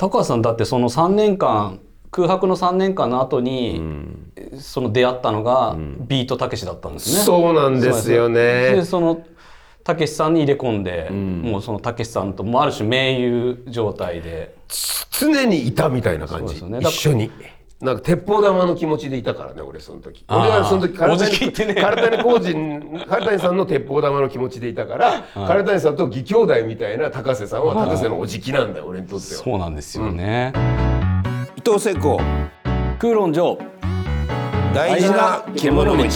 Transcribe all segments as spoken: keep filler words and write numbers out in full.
高橋さんだってそのさんねんかん空白のさんねんかんの後に、うん、その出会ったのが、うん、ビートたけしだったんですね。 そうなんですよね。 でそのたけしさんに入れ込んで、うん、もうそのたけしさんともある種盟友状態で常にいたみたいな感じ、ね、一緒になんか鉄砲玉の気持ちでいたからね、俺その時。俺はその時唐谷、ね、唐谷浩二、唐谷さんの鉄砲玉の気持ちでいたから、唐谷さんと義兄弟みたいな高瀬さんは高瀬のおじきなんだよ、俺にとっては。 そうなんですよね。 うん、伊藤聖子、 空論城、 大事な獣道。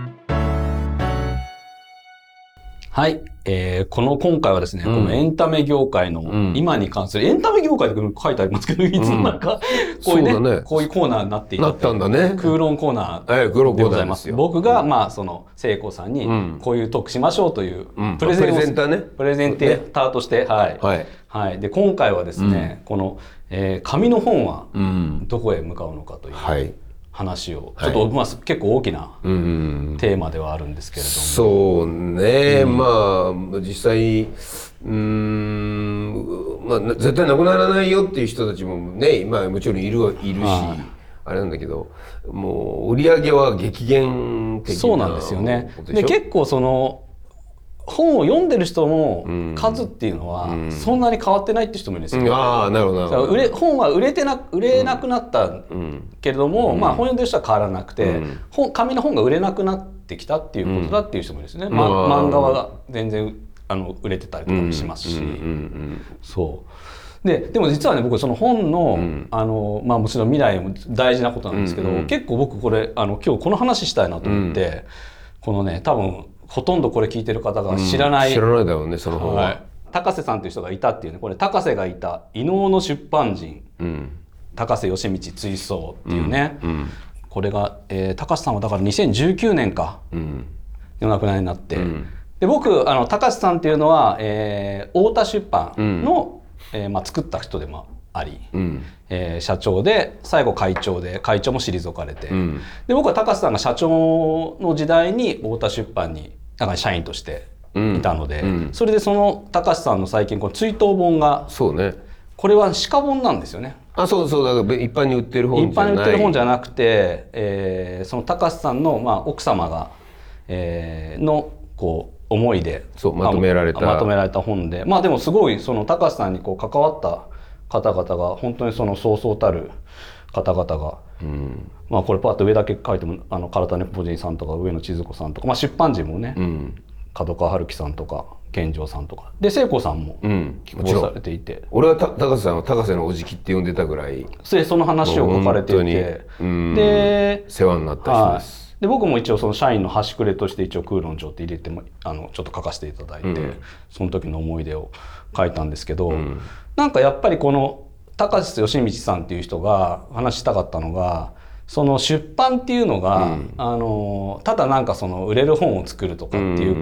はい、えー、この今回はですね、うん、このエンタメ業界の今に関する、うん、エンタメ業界って書いてありますけど、いつもなんか、こういうね、うんね、こういうコーナーになっていたなったんだね。 空論コーナーでございます。えー、僕が、まあ、その、聖子さんに、こういうトークしましょうという、 プレゼン、プレゼンターね。 プレゼンテーターとして、はい。はい。はい。で、今回はですね、この、えー、紙の本は、どこへ向かうのかという。はい。話をちょっと、はい、まあ、結構大きなテーマではあるんですけれども、 そうね、うん、まあ実際うーん、まあ、絶対なくならないよっていう人たちもね、まあ、もちろんいるいるし、はい、あれなんだけど、もう売り上げは激減的な。 そうなんですよね。で結構その本を読んでる人の数っていうのはそんなに変わってないって人もいるんですよ、ね。 うん、ああ、なるほどなるほど。 売れ本は売れてな売れなくなったけれども、うん、まあ本読んでる人は変わらなくて、うん、本紙の本が売れなくなってきたっていうことだっていう人もいるんですね。うん、ま、漫画は全然あの売れてたりとかもしますし、そう。で, でも実はね、僕その本の、うん、あのまあもちろん未来も大事なことなんですけど、うんうん、結構僕これあの今日この話したいなと思って、うん、このね多分ほとんどこれ聞いてる方が知らない、 うん、知らないだろうね、その本は、はい、 高瀬さんという人がいたっていうね、これ高瀬がいた伊能の出版人、うん、高瀬義道追想っていうね、うんうん、これが、えー、高瀬さんはだからにせんじゅうきゅうねんか、うん、お亡くなりになって、うん、で僕あの高瀬さんっていうのは、えー、太田出版の、うん、えーまあ、作った人でもあり、うん、えー、社長で最後会長で会長も退かれて、うん、で僕は高瀬さんが社長の時代に太田出版になんか社員としていたので、うんうん、それでその高瀬さんの最近この追悼本が、 そうね、 これは鹿本なんですよね。 あ、そうそう、だから一般に売ってる本じゃない、 一般に売ってる本じゃなくて、えー、その高瀬さんの、まあ、奥様が、えー、のこう思いでそうまとめられたまとめられた本で、まあでもすごいその高瀬さんにこう関わった方々が本当にそのそうそうたる方々が、うん、まあこれパッと上だけ書いてもあの唐谷個人さんとか上野千鶴子さんとか、まあ、出版人もね、うん、角川春樹さんとか健丈さんとかで聖子さんも寄稿されていて、 うん、俺は高瀬さんは高瀬のおじきって呼んでたぐらいそ, その話を書かれていて、 で世話になった人です。 はい、で僕も一応その社員の端くれとして一応空論城って入れてもあのちょっと書かせていただいて、うん、その時の思い出を書いたんですけど、うん、なんかやっぱりこの高瀬義道さんっていう人が話したかったのが、その出版っていうのが、うん、あのただなんかその売れる本を作るとかっていう、うん、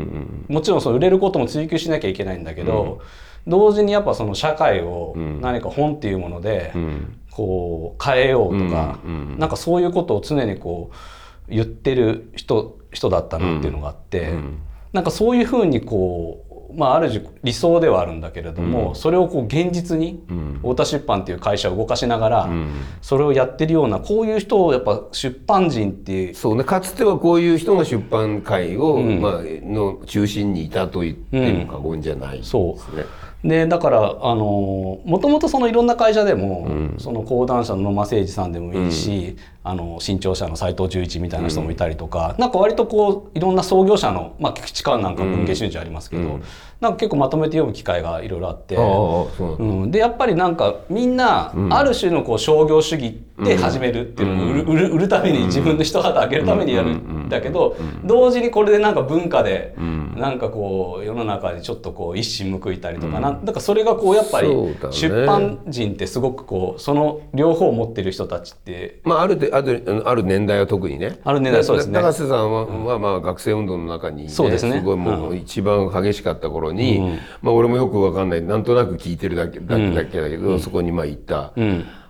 もちろんその売れることも追求しなきゃいけないんだけど、うん、同時にやっぱその社会を何か本っていうものでこう変えようとか、うん、なんかそういうことを常にこう言ってる 人, 人だったなっていうのがあって、うん、なんかそういうふうにこうまあ、ある種理想ではあるんだけれども、うん、それをこう現実に、うん、太田出版っていう会社を動かしながら、うん、それをやってるようなこういう人をやっぱ出版人っていうそうね、かつてはこういう人が出版界を、うん、まあ、の中心にいたと言っても過言じゃないですね。 そうでだからあのもともとそのいろんな会社でも、うん、その講談社の野間誠二さんでもいいし、うん、あの新潮社の斉藤十一みたいな人もいたりとか、うん、なんか割とこういろんな創業者の、まあ、菊池寛なんか文藝春秋ありますけど、うん、なんか結構まとめて読む機会がいろいろあって、うん、でやっぱりなんかみんなある種のこう商業主義で始めるっていうのを売る、売る、売るために自分の一旗あげるためにやるんだけど、同時にこれでなんか文化でなんかこう世の中にちょっとこう一矢報いたりとかな、だからそれがこうやっぱり出版人ってすごくこうその両方を持ってる人たちって、 まああるであるある年代は特にね、 ある年代そうですね。 高瀬さんは、うん、まあまあ学生運動の中に、ね、そうですね、すごいもう一番激しかった頃に、うん、まあ俺もよくわかんないなんとなく聞いてるだけだけだけど、うん、そこにまあ行った。うん、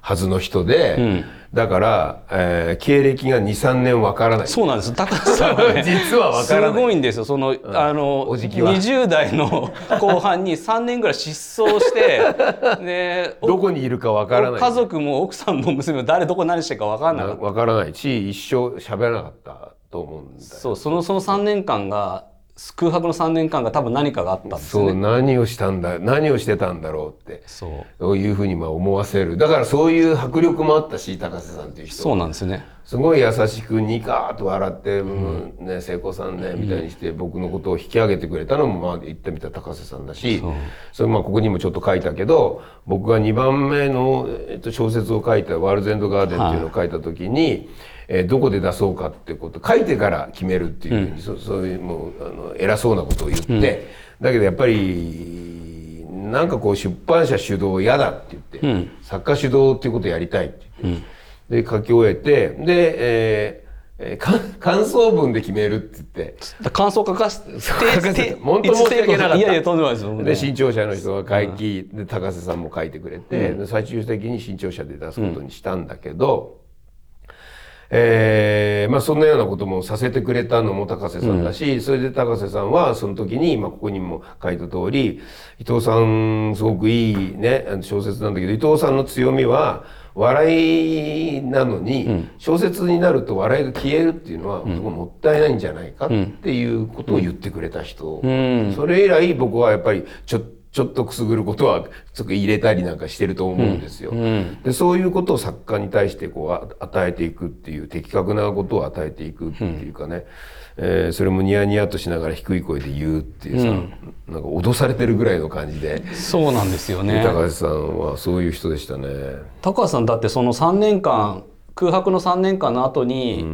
はずの人で、うん、だから、えー、経歴がにさんねんわからない。 そうなんです。高橋さんはね実はわからない。 すごいんですよ。その、うん、あのにじゅう代の後半にさんねんぐらい失踪してでどこにいるかわからない。 家族も奥さんも娘も誰どこ何してるかわからなかった。 わからないし一生喋らなかったと思うんだよ。 そう、そのそのさんねんかんが空白のさんねんかんが多分何かがあったんですよね。 そう、何をしたんだ、何をしてたんだろうってそういうふうにまあ思わせる。だからそういう迫力もあったし、高瀬さんっていう人そうなんですね。 すごい優しくニカーッと笑って、うんね、聖子さんねみたいにして僕のことを引き上げてくれたのもまあ言ってみた高瀬さんだし、そうそれまあここにもちょっと書いたけど、僕がにばんめの、えっと、小説を書いた「ワールズ・エンド・ガーデン」っていうのを書いた時に、はいえー、どこで出そうかってこと書いてから決めるっていうふうに、うん、そ, そういうもうあの偉そうなことを言って、うん、だけどやっぱりなんかこう出版社主導嫌だって言って、うん、作家主導っていうことをやりたいって言って、うん、で書き終えてで、えーえー、感想文で決めるって言って感想書かせて本当申し訳なかった。 いやいやとんでもないですよ、ね、 で新潮社の人が書き、うん、で高瀬さんも書いてくれて、うん、最終的に新潮社で出すことにしたんだけど、うんえーまあ、そんなようなこともさせてくれたのも高瀬さんだし、うん、それで高瀬さんはその時に、まあ、ここにも書いた通り伊藤さんすごくいい、ね、小説なんだけど伊藤さんの強みは笑いなのに、うん、小説になると笑いが消えるっていうのは、うん、もったいないんじゃないかっていうことを言ってくれた人、うん、それ以来僕はやっぱりちょっとちょっとくすぐることはちょっと入れたりなんかしてると思うんですよ。うんうん、でそういうことを作家に対してこう与えていくっていう的確なことを与えていくっていうかね、うんえー、それもニヤニヤとしながら低い声で言うっていうさ、うん、なんか脅されてるぐらいの感じで。 そうなんですよね。 高橋さんはそういう人でしたね。 高橋さんだってそのさんねんかん空白のさんねんかんの後に、うん、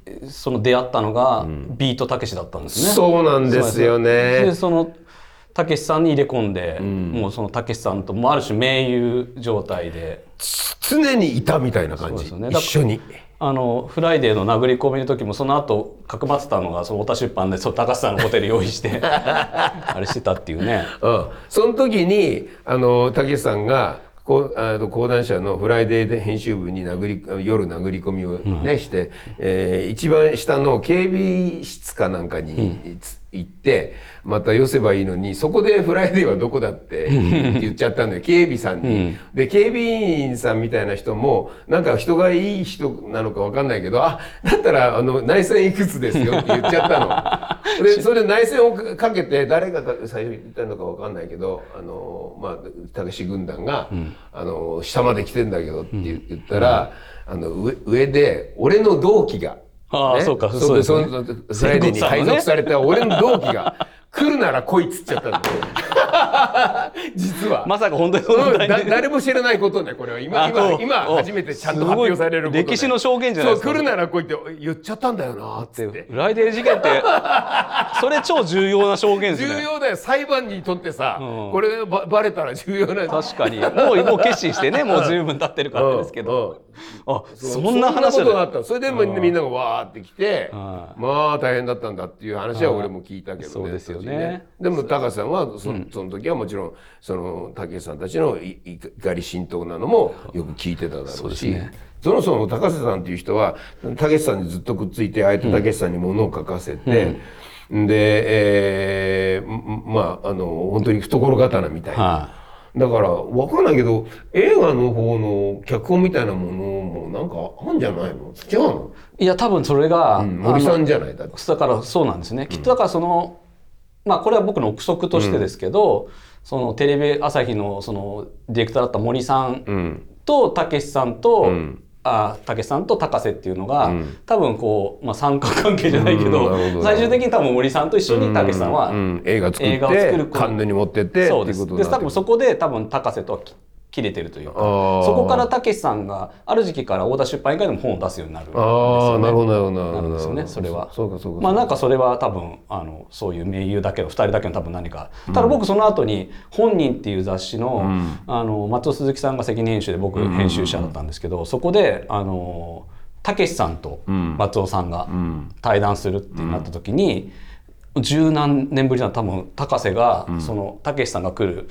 その出会ったのがビートたけしだったんですね。 そうなんですよね。 でそのたけしさんに入れ込んで、うん、もうそのたけしさんともある種盟友状態で常にいたみたいな感じ、ね、一緒にあのフライデーの殴り込みの時もその後かくまってたのがその太田出版でその高橋さんのホテル用意してあれしてたっていうね、 うん、その時にあのたけしさんがこうあの講談社のフライデーで編集部に殴り夜殴り込みを、ねうん、して、えー、一番下の警備室かなんかに、うん行ってまた寄せばいいのにそこでフライデーはどこだって言っちゃったんだよ警備さんに、うん、で警備員さんみたいな人もなんか人がいい人なのか分かんないけどあだったらあの内線いくつですよって言っちゃったのでそれで内線をかけて誰が最初言ったのか分かんないけどあのまあたけし軍団が、うん、あの下まで来てんだけどって言ったら、うん、あの 上, 上で俺の同期がああ、ね、そうか、そうですね。 フライデーに配属された俺の同期が来るなら来いっつっちゃったんだよ。実は。 まさか本当にそのだ誰も知らないことね、これは。今、今、今初めてちゃんと発表されること、ね。 歴史の証言じゃないですか。 そう、来るなら来いって言っちゃったんだよなって。 フライデー事件って、それ超重要な証言ですね。 重要だよ。裁判にとってさ、うん、こればバレたら重要な。 確かに。もう、もう決心してね、もう十分経ってるからですけど。あ、そんな話があった。それでもみんながわーって来て、まあ大変だったんだっていう話は俺も聞いたけどね。 そうですよね。 でも高橋さんはその、その時はもちろんそのたけしさんたちの怒り心頭なのもよく聞いてただろうし、そもそも高瀬さんっていう人はたけしさんにずっとくっついてあえてたけしさんに物を書かせて、うん、で、えー、まああの本当に懐刀みたいな。はあだから分かんないけど映画の方の脚本みたいなものもなんかあんじゃないの？違うの？ いや多分それが、うん、 森さんじゃないだってだからそうなんですね、うん、きっとだからそのまあこれは僕の憶測としてですけど、うん、そのテレビ朝日のそのディレクターだった森さんとたけしさんと、うんたけしさんと高瀬っていうのが、うん、多分こう、まあ、三角関係じゃないけど、うん、最終的に多分森さんと一緒にたけしさんは、うんうん、 映画作ってカンヌに持ってってそうですで多分そこで多分高瀬とは切れてるというかそこからたけしさんがある時期から太田出版以外でも本を出すようになるんですよね。 あなるほどなるほどなるほどですよねそれは。 そうかそうかまあなんかそれは多分あのそういう盟友だけのふたりだけの多分何か、うん、ただ僕その後に「本人」っていう雑誌の、うん、あの松尾鈴木さんが責任編集で僕編集者だったんですけど、うんうんうん、そこであのたけしさんと松尾さんが対談するってなった時に、うん、十何年ぶりな多分高瀬が、うん、そのたけしさんが来る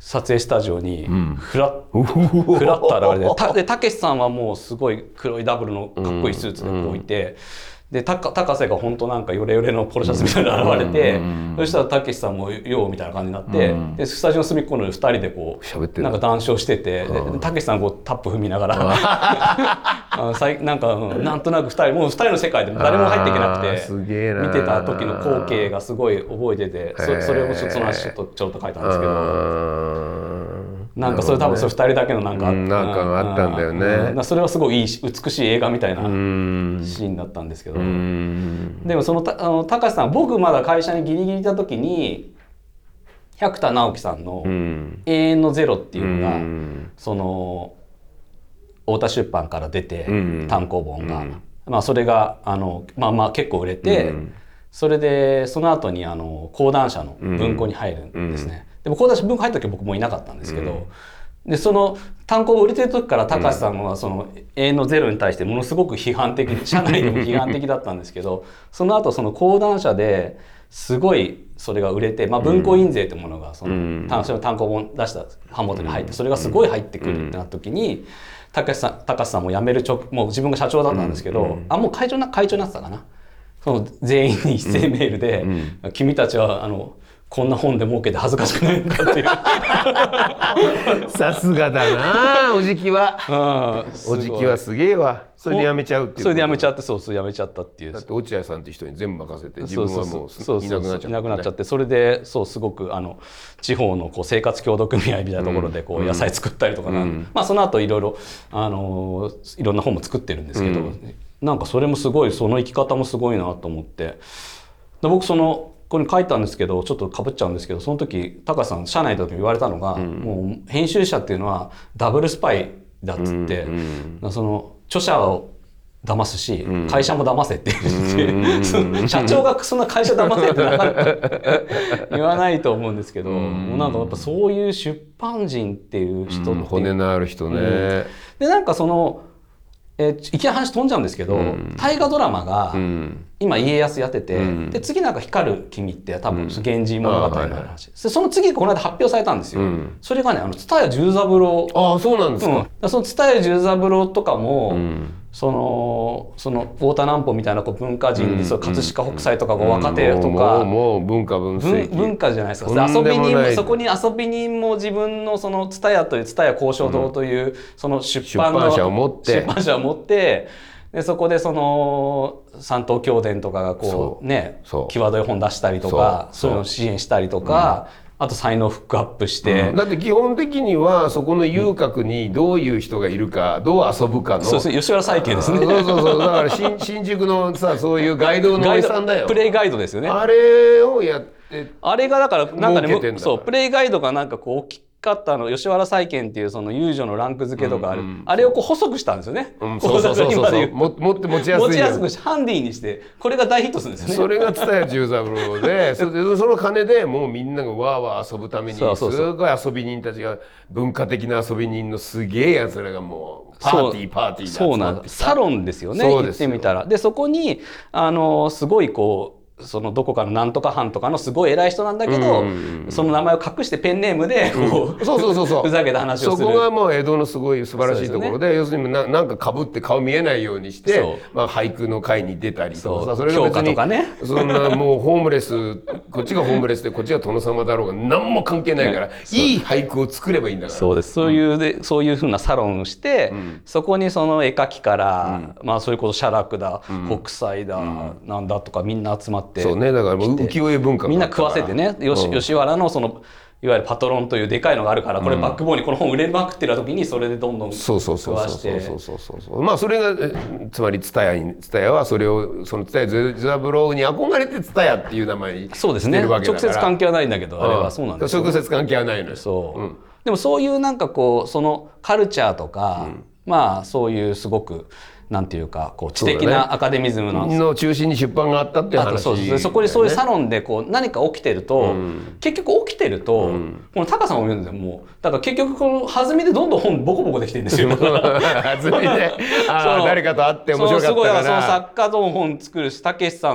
撮影スタジオにフラッ、うん、フラッと現れて、たでたけしさんはもうすごい黒いダブルのかっこいいスーツでこういて、でたか高瀬が本当なんかヨレヨレのポロシャツみたいなのが現れて、そしたらたけしさんもようみたいな感じになって、でスタジオの隅っこのふたりでこうなんか談笑してて、たけしさんこうタップ踏みながらあなんか、うん、なんとなくふたりもうふたりの世界で誰も入っていけなくて見てた時の光景がすごい覚えてて、そ, それをちょっとその話ちょっとちょっと書いたんですけど。なんかそれ多分それふたりだけのなんか、うん、 なんかあったんだよね、 うん、それはすごいいい美しい映画みたいなシーンだったんですけど、でもそのたあの高橋さん僕まだ会社にギリギリいた時に百田直樹さんの「永遠のゼロ」っていうのが、うん、その太田出版から出て、うん、単行本が、うん、まあ、それがあの、まあ、まあ結構売れて、うん、それでその後にあの講談社の文庫に入るんですね、うんうん、でも講談社文庫入った時は僕もいなかったんですけど、うん、でその単行本売れてる時から高橋さんはその永遠のゼロに対してものすごく批判的、社内でも批判的だったんですけどその後その講談社ですごいそれが売れて、まあ、文庫印税というものがその、うん、単行本出した版元に入ってそれがすごい入ってくるってなった時に高橋さん、高橋さんも辞める直もう自分が社長だったんですけど、うんうん、あもう会長な会長になってたかな、その全員に一斉メールで、うんうん、君たちはあのこんな本で儲けて恥ずかしくないんだっていうさすがだなおじきはおじきはすげえわ。それで辞めちゃうっていう、 それで辞めちゃってそうそう辞めちゃったっていう。 だって落合さんって人に全部任せて自分はもういなくなっちゃって、ね、 いなくなっちゃって、それでそうすごくあの地方のこう生活協同組合みたいなところでこう野菜作ったりとか、うんうん、まあその後いろいろあのいろんな本も作ってるんですけど、うん、なんかそれもすごいその生き方もすごいなと思って、で僕そのここに書いたんですけどちょっとかぶっちゃうんですけど、その時高橋さん社内の時に言われたのが、うん、もう編集者っていうのはダブルスパイだっつって、うんうん、その著者を騙すし、うん、会社も騙せって言って、社長がそんな会社騙せってなかなか言わないと思うんですけど、うん、もうなんかやっぱそういう出版人っていう人って、うん、 骨のある人ね、うん、 でなんかそのえー、いきなり話飛んじゃうんですけど、うん、大河ドラマが、うん、今家康やってて、うん、で次なんか光る君って多分、うん、源氏物語の話、はいはい、でその次この間発表されたんですよ、うん、それがねあの蔦屋十三郎。 ああそうなんですか、 うん、その蔦屋十三郎とかも、うん、そのその太田南畝みたいなこう文化人で、うん、そ葛飾北斎とか若手とか、 うん、もうもうもう文化文世紀文化じゃないですか。遊び人もそこに遊び人も自分のその蔦屋という蔦屋交渉堂という、うん、その出版の出版社を持って出版社を持ってでそこでその三東京伝とかがこうね際どい本出したりとかそういうのを支援したりとか、うん、あと才能フックアップして、 うん、だって基本的にはそこの遊郭にどういう人がいるか、うん、どう遊ぶかのそうですね、吉原債権ですね。 そうそうそうだから 新, 新宿のさそういうガイドのおじさんだよ。 プレイガイドですよね。 あれをやってあれがだからなんかねそうプレイガイドがなんかこう大きくかったの吉原債権っていうその遊女のランク付けとかある、うんうん、あれをこう細くしたんですよね、 うん、そうそうそうそうも持って持ちやすい持ちやすくしハンディにしてこれが大ヒットするんですよね。 それが蔦屋十三郎でそ, でその金でもうみんながわーわー遊ぶためにすごい遊び人たちが文化的な遊び人のすげえやつらがもうパーティーパーティーで集まってそうなんサロンですよね言ってみたら。でそこにあのすごいこうそのどこかのなんとか班とかのすごい偉い人なんだけど、うんうんうん、その名前を隠してペンネームでこう、うん、そうそうそうそうふざけた話をする。 そこがもう江戸のすごい素晴らしいところ で, で、ね、要するに な, なんか被って顔見えないようにして、まあ、俳句の会に出たりとかさ、それが別にとか、ね、 そんなもうホームレスこっちがホームレスでこっちが殿様だろうが何も関係ないから、ね、いい俳句を作ればいいんだから。 そうです。そういうで、うん、そういうふうなサロンをして、うん、そこにその絵描きから、うん、まあそれこそ写楽だ、うん、北斎だ、うん、なんだとかみんな集まって。 そうね、だからもう浮世絵文化みんな食わせてね、吉、うん、吉原のそのいわゆるパトロンというでかいのがあるからこれバックボーンにこの本売れまくってる時にそれでどんどん食わして、 そうそうそうそうまあそれがつまり蔦屋に蔦屋はそれをその蔦屋十三郎に憧れて蔦屋っていう名前にしてるわけだから。そうですね。 直接関係はないんだけど、うん、あれはそうなんですよ。 直接関係はないのよ。 そう、うん、でもそういうなんかこうそのカルチャーとか、うん、まあそういうすごくなんていうかこう知的なアカデミズム の,、 ね、の中心に出版があったっていう話、ね、 そうです。そこでそういうサロンでこう何か起きてると、うん、結局起きてると、うん、この高さんも言うんですよ。もうだから結局この弾みでどんどん本ボコボコできてるんですよ。 弾みであ誰かと会って面白かったからそのすごいその作家の本作るしたけしさん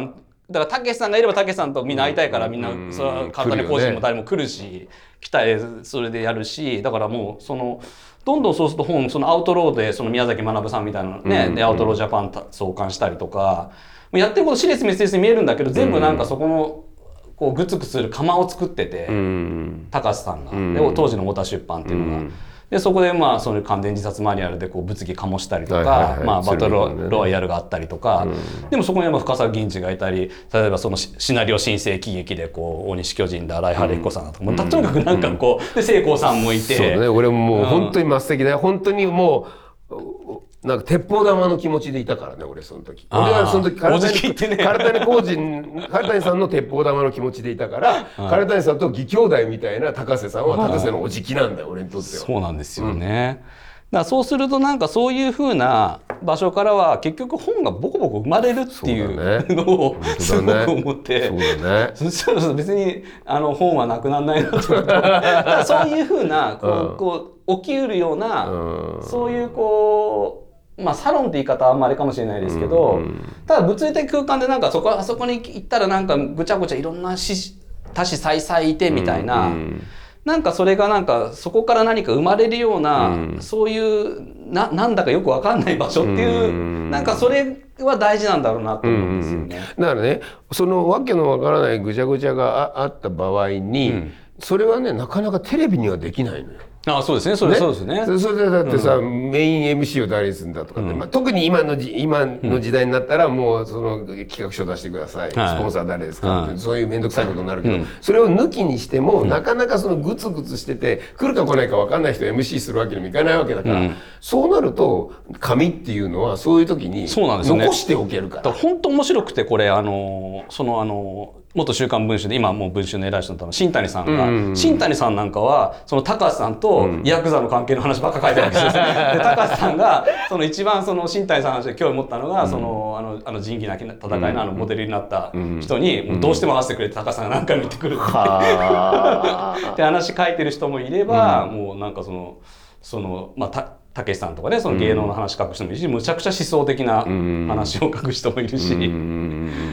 だからたけしさんがいればたけしさんとみんな会いたいから、みんなそれは簡単に個人も誰も来るし、来たりそれでやるし、だからもうそのどんどんそうすると本そのアウトローでその宮崎学さんみたいなね、でアウトロージャパン創刊したりとか、やってること私立滅裂に見えるんだけど、全部なんかそこのこうグツグツする釜を作ってて、高橋さんが、で当時の太田出版っていうのが。でそこでまあその完全自殺マニュアルでこう物議醸したりとか、まあバトルロワイヤルがあったりとか、でもそこには深作銀次がいたり、例えばそのシナリオ新世紀劇でこう大西巨人だ新井晴彦さんだとか、もうとにかくなんかこうで聖光さんもいて、 そうね、俺ももう本当に末席で本当にもう。なんか鉄砲玉の気持ちでいたからね、俺その時。俺はその時唐谷、ね、唐谷浩人、唐谷さんの鉄砲玉の気持ちでいたから、唐谷さんと義兄弟みたいな高瀬さんは高瀬のおじきなんだよ、俺にとっては。 そうなんですよね。うん、だからそうするとなんかそういうふうな場所からは結局本がボコボコ生まれるっていうのをすごく思って、 そうだね。 そしたら別にあの本はなくならないなと思って、だからそういうふうなこう、こう起きうるような、そういうこうまあサロンって言い方はあんまりかもしれないですけど、うんうん、ただ物理的空間でなんかそこあそこに行ったらなんかぐちゃぐちゃいろんな多子再々いてみたいな、うんうん、なんかそれがなんかそこから何か生まれるような、うん、そういうななんだかよくわかんない場所っていう、うん、なんかそれは大事なんだろうなと思うんですよね。 うんうん、だからね、そのわけのわからないぐちゃぐちゃがあった場合に、うん、それはねなかなかテレビにはできないのよ。 ああそうですね、それ、ね、そうですね。 それでだってさ、うん、メイン エムシー を誰にするんだとかね、うんまあ、特に今のじ今の時代になったらもうその企画書出してください、はい、スポンサー誰ですかって、はい、そういう面倒くさいことになるけど、うん、それを抜きにしても、うん、なかなかそのグツグツしてて来るか来ないか分かんない人を エムシー するわけにもいかないわけだから、うん、そうなると紙っていうのはそういう時に残しておけるから。 だから本当面白くてこれあのそのあの元週刊文春で今もう文春の偉い人だったの新谷さんが、うんうん、新谷さんなんかはその高橋さんとヤクザの関係の話ばっか書いてるわけですよ。で高橋さんがその一番その新谷さんの話で興味持ったのが、うん、そのあのあの仁義なき戦いのあのモデルになった人に、もうどうしても会わせてくれって高橋さんが何回も言ってくるって、うん、って話書いてる人もいれば、うん、もうなんかそのそのまあたたけしさんとかね、その芸能の話書く人もいるし、うん、むちゃくちゃ思想的な話を書く人もいるし、うん、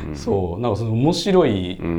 そうなんかその面白い、うんうん、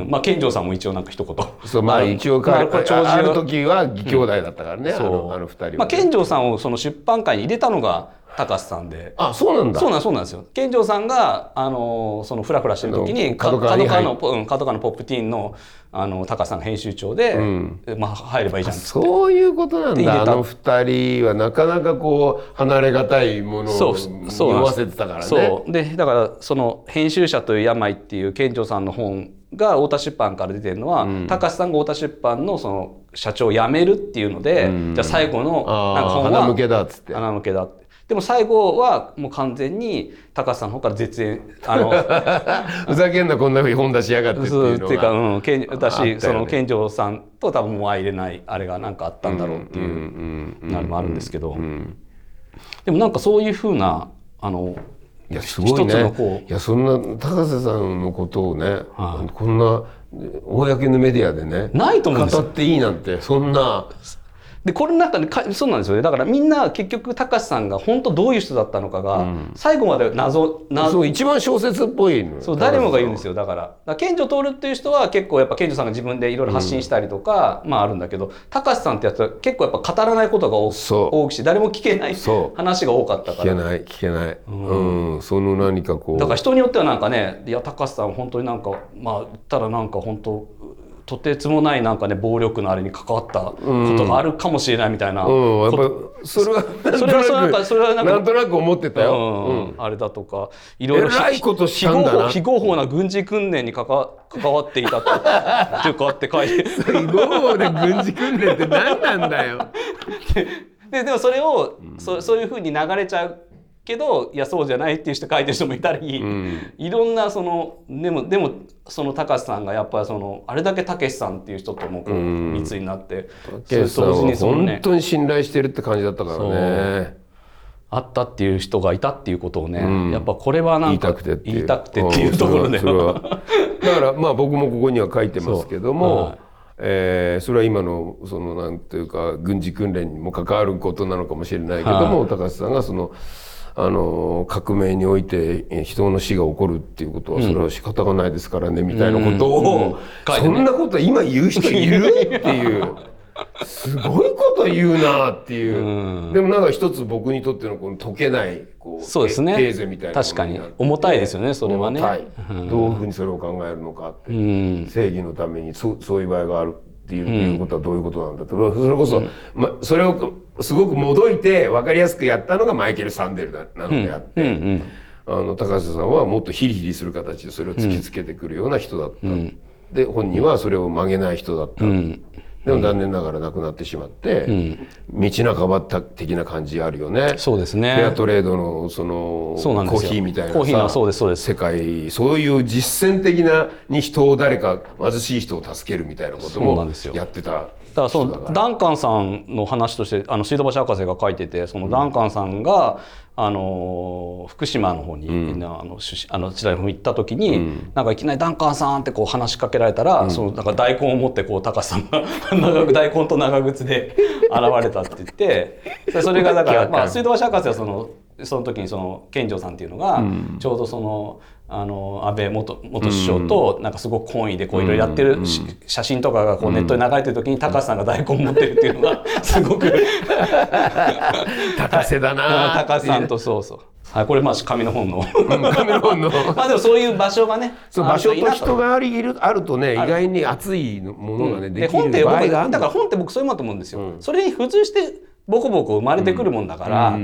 まあ健丈さんも一応なんか一言、 そうまあ一応か、まあ、ある時は義兄弟だったからね、うん、あのあの二人は、ね。 まあ健丈さんをその出版界に入れたのが高橋さんで、 あ、そうなんだ。 そうなんそうなんですよ。健丈さんがあのそのフラフラしてる時に角川の角川のポップティーンのあの高橋さんが編集長で、うん、まあ入ればいいじゃんって。 そういうことなんだ。あの二人はなかなかこう離れがたいものを匂わせてたからね。 そうでだからその編集者という病っていう健丈さんの本が太田出版から出てるのは、うん、高橋さんが太田出版のその社長を辞めるっていうので、うん、じゃあ最後のなんか本は穴向けだっつって。 穴向けだって。でも最後はもう完全に高橋さんの方から絶縁、あのふざけんなこんなふうに本出しやがってっていうのがっていうか、 うん、けんだし、ね、その健丈さんと多分もう相入れないあれがなんかあったんだろうっていうのもあるんですけど、でもなんかそういうふうなあのいやすごいね。いやそんな高瀬さんのことをね、はあ、こんな公のメディアでねないと思うんですよ。 語っていいなんてそんな。 でこれの中でかそうなんですよね。だからみんな結局高橋さんが本当どういう人だったのかが、うん、最後まで謎謎そう一番小説っぽいの。 そう誰もが言うんですよ。だからだから健丈徹っていう人は結構やっぱ健丈さんが自分でいろいろ発信したりとか、うん、まああるんだけど、高橋さんってやつは結構やっぱ語らないことが多くし誰も聞けない話が多かったから。 聞けない聞けない。うん、うん、その何かこう。 だから人によってはなんかね、いや高橋さんは本当になんかまあ言ったらなんか本当。とてつもないなんかね暴力のあれに関わったことがあるかもしれないみたいな、 うんうん、やっぱそれはそれはなんかそれはなんかなんとなく思ってたよ、 うんうん、あれだとかいろいろ非合法な軍事訓練に関わっていたっていうかって書いて非合法な軍事訓練って何なんだよで, でもそれを、うん、そ, そういうふうに流れちゃうけどいやそうじゃないっていう人書いてる人もいたり、うん、いろんなそのでもでもその高橋さんがやっぱりそのあれだけたけしさんっていう人ともこう密になってたけしさんは本当に信頼してるって感じだったからね。 あったっていう人がいたっていうことをね、うん、やっぱこれはなんか言いたくてっていう、 言いたくてっていうところで、うん、それはだからまあ僕もここには書いてますけども、はい、えー、それは今のそのなんていうか軍事訓練にも関わることなのかもしれないけども、はい、高橋さんがそのあの革命において人の死が起こるっていうことはそれは仕方がないですからね、みたいなことを、そんなこと今言う人いるっていうすごいこと言うなっていう、でもなんか一つ僕にとってのこの解けないこうそうですね、 テーゼみたいな、 確かに重たいですよね、それはね。重たい、 どういうふうにそれを考えるのかって、正義のために そ, そういう場合があるっていう、いうことはどういうことなんだと、それこそ、ま、それをすごくもどいて分かりやすくやったのがマイケル・サンデルなのであって、うんうんうん、あの高瀬さんはもっとヒリヒリする形でそれを突きつけてくるような人だった、うん、で本人はそれを曲げない人だった、うん、でも残念ながら亡くなってしまって、うん、道半ば的な感じあるよね。 そうですね。 フェアトレードのそのコーヒーみたいなさ、コーヒーのそうですそうです。世界そういう実践的なに人を誰か貧しい人を助けるみたいなこともやってた。 だからそのダンカンさんの話としてあのシードバシ博士が書いてて、そのダンカンさんが、あの福島の方に、うん、あのあの千代の方に行った時に、うん、なんかいきなりダンカンさんってこう話しかけられたら、うん、そのなんか大根を持ってこう高橋さんが大根と長靴で現れたって言ってそれがだからまあ水道橋博士はそのその時にその健丈さんっていうのが、うん、ちょうどそのあの安倍 元, 元首相となんかすごく懇意でこういろいろやってる、うん、写真とかがこうネットで流れてる時に高橋さんが大根を持ってるっていうのがすごく高瀬だな高橋さんとそうそう、はい、これまあ紙の本の紙の本のまあでもそういう場所がね、 そう場所と人がありいるあるとね、意外に熱いものがね、うん、できる場合がある。 だから本って僕そういうものだと思うんですよ、うん、それに付随してボコボコ生まれてくるもんだから、うん、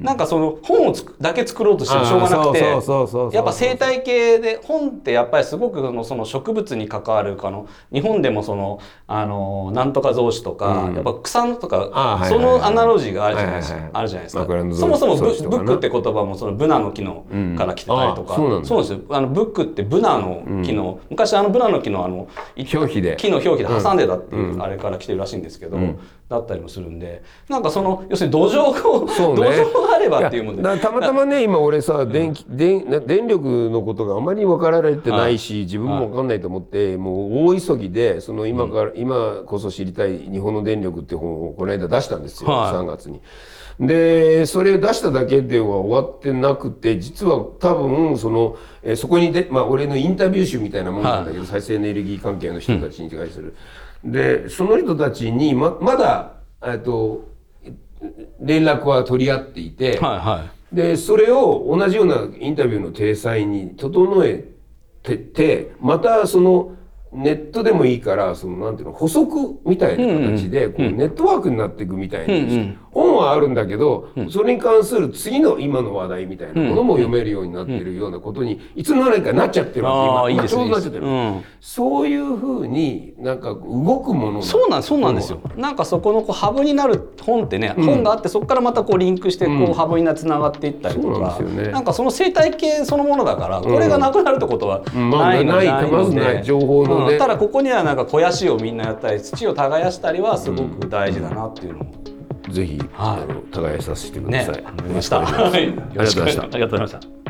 なんかその本をつくだけ作ろうとしてもしょうがなくて、やっぱ生態系で本ってやっぱりすごくその植物に関わるかの日本でもそのあのなんとか増子とか、うん、やっぱ草とかそのアナロジーがあるじゃないですか、あるじゃないですか。そもそもブックって言葉もそのブナの木のから来てたりとか、うん、そうなんですよ。あのブックってブナの木の、うん、昔あのブナの木のあの表皮で木の表皮で挟んでたっていうあれから来てるらしいんですけど、うん、だったりもするんで、なんかその要するに土壌を、ね、土壌があればっていうもんで、 たまたまね今俺さ電気電電力のことがあまり分かられてないし、はい、自分も分かんないと思って、はい、もう大急ぎでその今から、うん、今こそ知りたい日本の電力って本をこの間出したんですよ、はい、さんがつに。でそれを出しただけでは終わってなくて、実は多分その、えー、そこにで、まあ、俺のインタビュー集みたいなものなんだけど、はい、再生エネルギー関係の人たちに対する、うん、でその人たちに ま, まだえっと連絡は取り合っていて、はいはい、でそれを同じようなインタビューの体裁に整えてて、またそのネットでもいいからそのなんていうの補足みたいな形でこうネットワークになっていくみたいに、うんうん、本はあるんだけど、うん、それに関する次の今の話題みたいなものも読めるようになっているようなことにいつの間にかなっちゃってるわけ、今ちょうどなっちゃってる、うん、そういうふうになんか動くものそうなんそうなんですよ。なんかそこのこうハブになる本ってね、うん、本があってそこからまたこうリンクしてこう、うん、ハブにつながっていったりとか、そうなんですよね、なんかその生態系そのものだからこれがなくなるってことはないので、 ないまずない情報のね、 うん、ただここにはなんか肥やしをみんなやったり土を耕したりはすごく大事だなっていうのも、 ぜひ、はい、あの耕させてください。 ね、ありがとうございました。ありがとうございました。